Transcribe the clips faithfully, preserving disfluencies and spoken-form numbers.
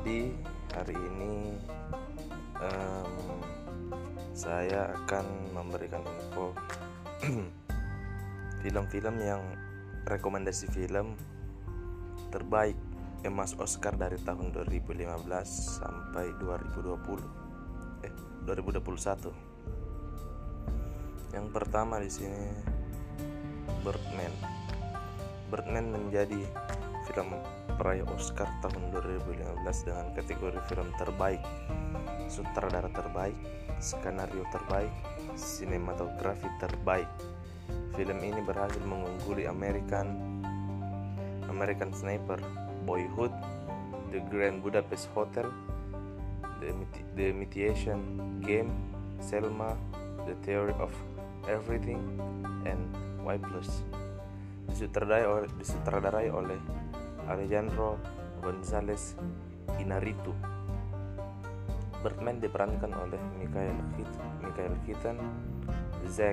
Jadi hari ini um, saya akan memberikan info film-film yang rekomendasi film terbaik emas Oscar dari tahun dua ribu lima belas sampai dua ribu dua puluh eh dua ribu dua puluh satu. Yang pertama di sini Birdman. Birdman menjadi film peraih Oscar tahun dua ribu lima belas dengan kategori film terbaik, sutradara terbaik, skenario terbaik, sinematografi terbaik. Film ini berhasil mengungguli American American Sniper, Boyhood, The Grand Budapest Hotel, The, Imit- The Imitation Game, Selma, The Theory of Everything, and Y Plus. Disutradarai oleh, disutradarai oleh Alejandro González Iñárritu. Birdman diperankan oleh Michael Keaton, Michael Keaton, Zach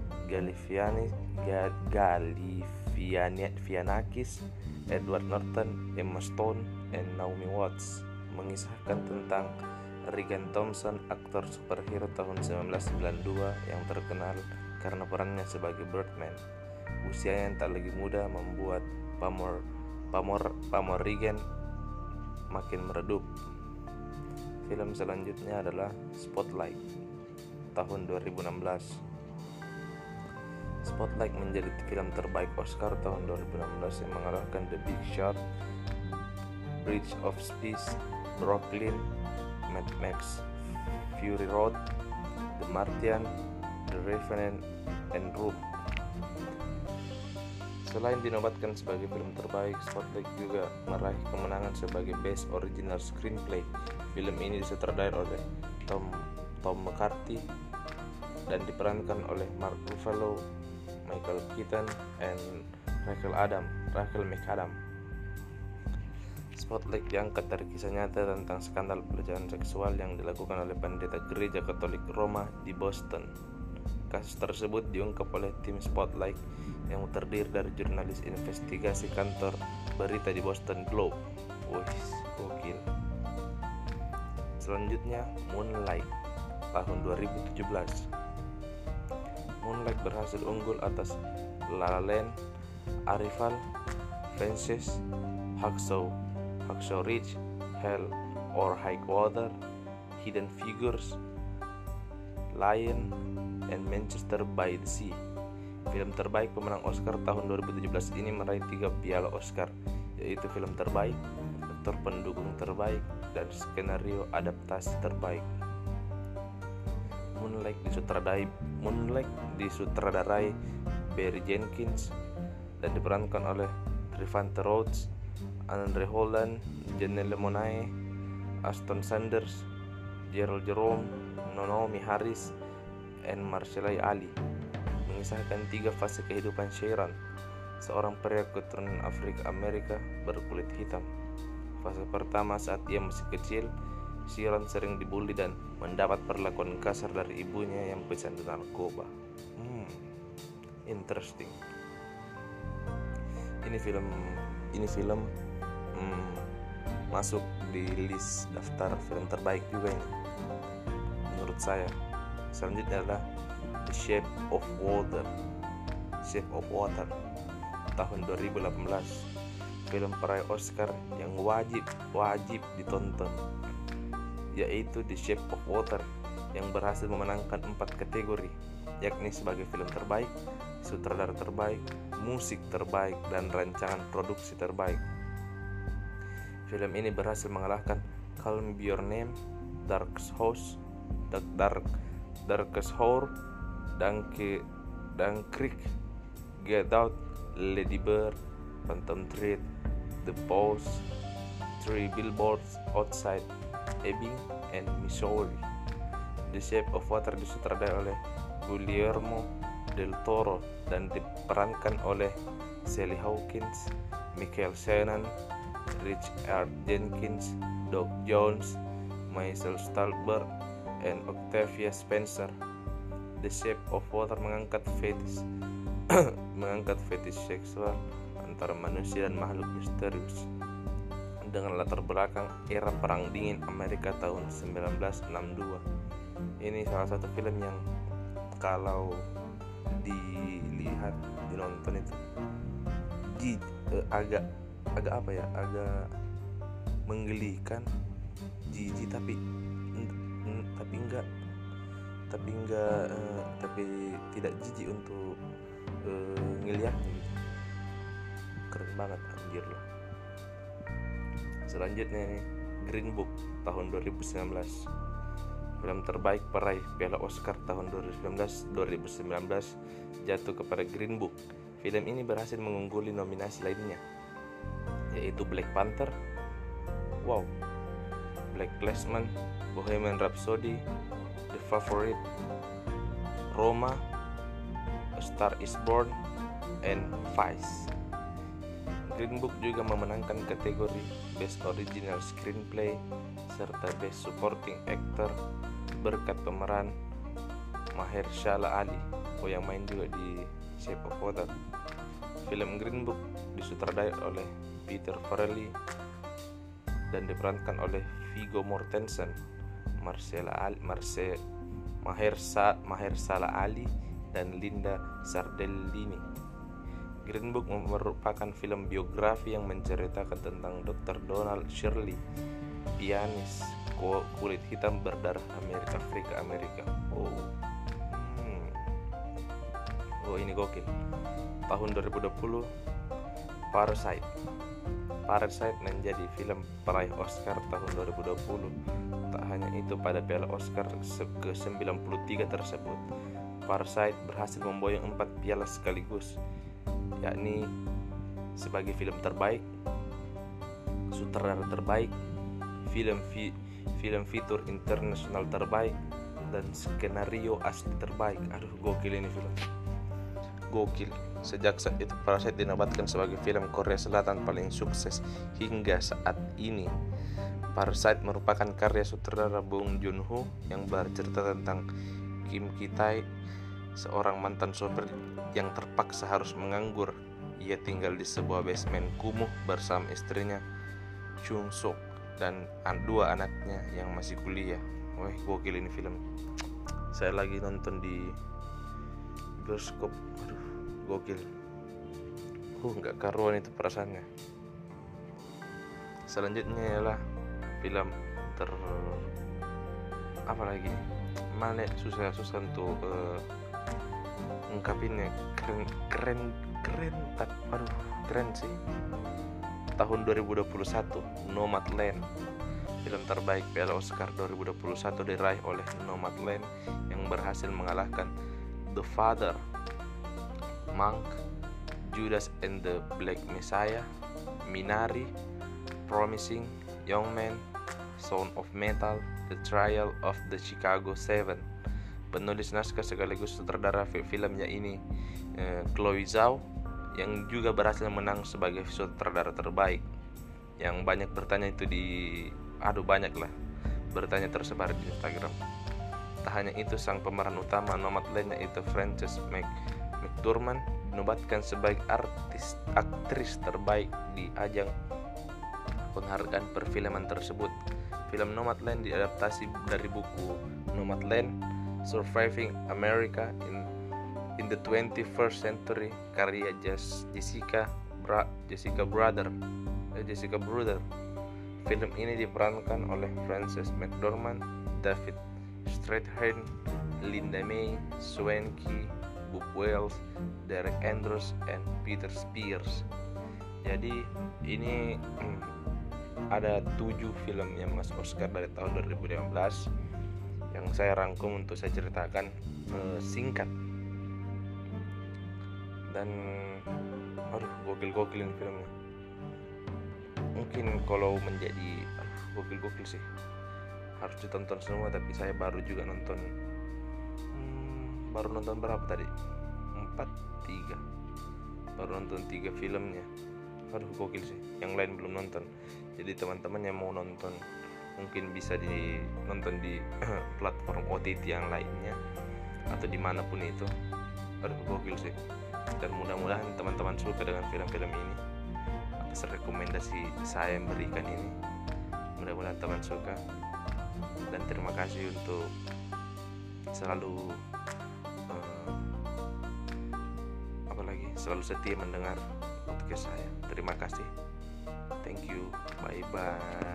Galifianakis, Edward Norton, Emma Stone, and Naomi Watts. Mengisahkan tentang Regan Thompson, aktor superhero tahun seribu sembilan ratus sembilan puluh dua yang terkenal karena perannya sebagai Birdman. Usianya yang tak lagi muda membuat pamor pamor pamor Regan makin meredup. Film selanjutnya adalah Spotlight tahun dua ribu enam belas. Spotlight menjadi film terbaik Oscar tahun dua ribu enam belas yang mengalahkan The Big Short, Bridge of Spies, Brooklyn, Mad Max, Fury Road, The Martian, The Revenant, and Room. Selain dinobatkan sebagai film terbaik, Spotlight juga meraih kemenangan sebagai Best Original Screenplay. Film ini disutradarai oleh Tom Tom McCarthy dan diperankan oleh Mark Ruffalo, Michael Keaton, and Rachel Adam, Rachel McAdam. Spotlight diangkat dari kisah nyata tentang skandal pelecehan seksual yang dilakukan oleh pendeta gereja Katolik Roma di Boston. Kasus tersebut diungkap oleh tim Spotlight yang terdiri dari jurnalis investigasi kantor berita di Boston Globe. Wih, gokil. Selanjutnya Moonlight tahun dua ribu tujuh belas. Moonlight berhasil unggul atas La La Land, Arrival, Fences, Hacksaw, Hacksaw Ridge, Hell or High Water, Hidden Figures, Lion, and Manchester by the Sea. Film terbaik pemenang Oscar tahun dua ribu tujuh belas ini meraih tiga piala Oscar, yaitu film terbaik, aktor pendukung terbaik, dan skenario adaptasi terbaik. Moonlight disutradarai Moonlight disutradarai Barry Jenkins dan diperankan oleh Trevante Rhodes, Andre Holland, Janelle Monáe, Ashton Sanders, Gerald Jerome, Noomi Harris, and Mahershala Ali. Mengisahkan tiga fase kehidupan Sharon, seorang pria keturunan Afrika Amerika berkulit hitam. Fase pertama saat ia masih kecil, Sharon sering dibully dan mendapat perlakuan kasar dari ibunya yang pecandu narkoba. Hmm, interesting. Ini film, ini film hmm, masuk di list daftar film terbaik juga ini, menurut saya. Selanjutnya adalah The Shape of Water. Shape of Water tahun dua ribu delapan belas. Film peraih Oscar yang wajib wajib ditonton, yaitu The Shape of Water yang berhasil memenangkan empat kategori, yakni sebagai film terbaik, sutradara terbaik, musik terbaik, dan rancangan produksi terbaik. Film ini berhasil mengalahkan Call Me By Your Name, Dark Horse, Dark Dark Darkest Hour, Dunkirk, Dunkirk, Get Out, Lady Bird, Phantom Thread, The Pose, Three Billboards Outside Ebbing, and Missouri. The Shape of Water disutradarai oleh Guillermo del Toro dan diperankan oleh Sally Hawkins, Michael Shannon, Richard Jenkins, Doug Jones, Michael Stuhlbarg, and Octavia Spencer. The Shape of Water mengangkat fetish mengangkat fetish seksual antara manusia dan makhluk misterius. dengan latar belakang era Perang Dingin Amerika tahun sembilan belas enam puluh dua. Ini salah satu film yang kalau dilihat, dinonton itu di, eh, agak agak apa ya, agak menggelikan, jijik tapi n- tapi enggak tapi enggak eh, tapi tidak jijik untuk eh, ngeliatnya gitu. Keren banget anjir loh. Selanjutnya nih, Green Book tahun dua ribu sembilan belas. Film terbaik peraih Piala Oscar tahun dua ribu sembilan belas jatuh kepada Green Book. Film ini berhasil mengungguli nominasi lainnya, yaitu Black Panther, wow, Black Klansman, Bohemian Rhapsody, The Favorite, Roma, A Star Is Born, and Vice. Green Book juga memenangkan kategori Best Original Screenplay serta Best Supporting Actor berkat pemeran Mahershala Ali, oh yang main juga di Shape of Water. Film Green Book disutradarai oleh Peter Farrelly dan diperankan oleh Viggo Mortensen, Marcella Ali, Marce, Mahersa, Mahershala Ali, dan Linda Cardellini. Green Book merupakan film biografi yang menceritakan tentang dokter Donald Shirley, pianis kulit hitam berdarah Amerika Afrika Amerika. Oh, hmm. oh ini gokil. Tahun dua ribu dua puluh, Parasite. Parasite menjadi film peraih Oscar tahun dua ribu dua puluh. Tak hanya itu, pada Piala Oscar ke sembilan puluh tiga tersebut, Parasite berhasil memboyong empat piala sekaligus, yakni sebagai film terbaik, sutradara terbaik, film fi, film fitur internasional terbaik, dan skenario asli terbaik. Aduh, gokil ini film. Gokil. Sejak saat itu Parasite dinobatkan sebagai film Korea Selatan paling sukses hingga saat ini. Parasite merupakan karya sutradara Bong Joon-ho yang bercerita tentang Kim Ki-tae, seorang mantan sopir yang terpaksa harus menganggur. Ia tinggal di sebuah basement kumuh bersama istrinya Chung Sok dan dua anaknya yang masih kuliah. Wah, gokil ini film. Saya lagi nonton di bioskop. Aduh, gokil. Uh, nggak karuan itu perasaannya. Selanjutnya ialah film ter apa lagi? Mana susah-susah untuk uh, ungkapinnya. Keren, keren, keren. Tak, aduh, keren sih. Tahun dua ribu dua puluh satu, Nomadland. Film terbaik Piala Oscar dua ribu dua puluh satu diraih oleh Nomadland yang berhasil mengalahkan The Father, Monk, Judas and the Black Messiah, Minari, Promising Young Man, Sound of Metal, The Trial of the Chicago Seven. Penulis naskah sekaligus sutradara filmnya ini eh, Chloe Zhao, yang juga berhasil menang sebagai sutradara terbaik. Yang banyak bertanya itu di aduh banyak lah bertanya tersebar di Instagram. Tak hanya itu, sang pemeran utama Nomadland yaitu Frances McDormand dinobatkan sebagai artis aktris terbaik di ajang penghargaan perfilman tersebut. Film Nomadland diadaptasi dari buku Nomadland: Surviving America in in the twenty-first Century karya Jessica Bra- Jessica Brother eh, Jessica Bruder. Film ini diperankan oleh Frances McDormand, David Strathairn, Linda May, Swanky, Bob Wells, Derek Andrews, and Peter Spears. Jadi ini hmm, ada tujuh film yang masuk Oscar dari tahun dua ribu lima belas yang saya rangkum untuk saya ceritakan eh, singkat. Dan aduh, gokil-gokil ini filmnya. Mungkin kalau menjadi aduh, gokil-gokil sih, harus ditonton semua, tapi saya baru juga nonton hmm, baru nonton berapa tadi? Empat, tiga baru nonton tiga filmnya. Aduh, gokil sih, yang lain belum nonton. Jadi teman-teman yang mau nonton mungkin bisa dinonton di platform O T T yang lainnya atau dimanapun itu. Aduh, gokil sih. Dan mudah-mudahan teman-teman suka dengan film-film ini. Atas hasil rekomendasi saya yang berikan ini. Mudah-mudahan teman suka, dan terima kasih untuk selalu uh, apa lagi selalu setia mendengar podcast saya. Terima kasih, thank you, bye bye.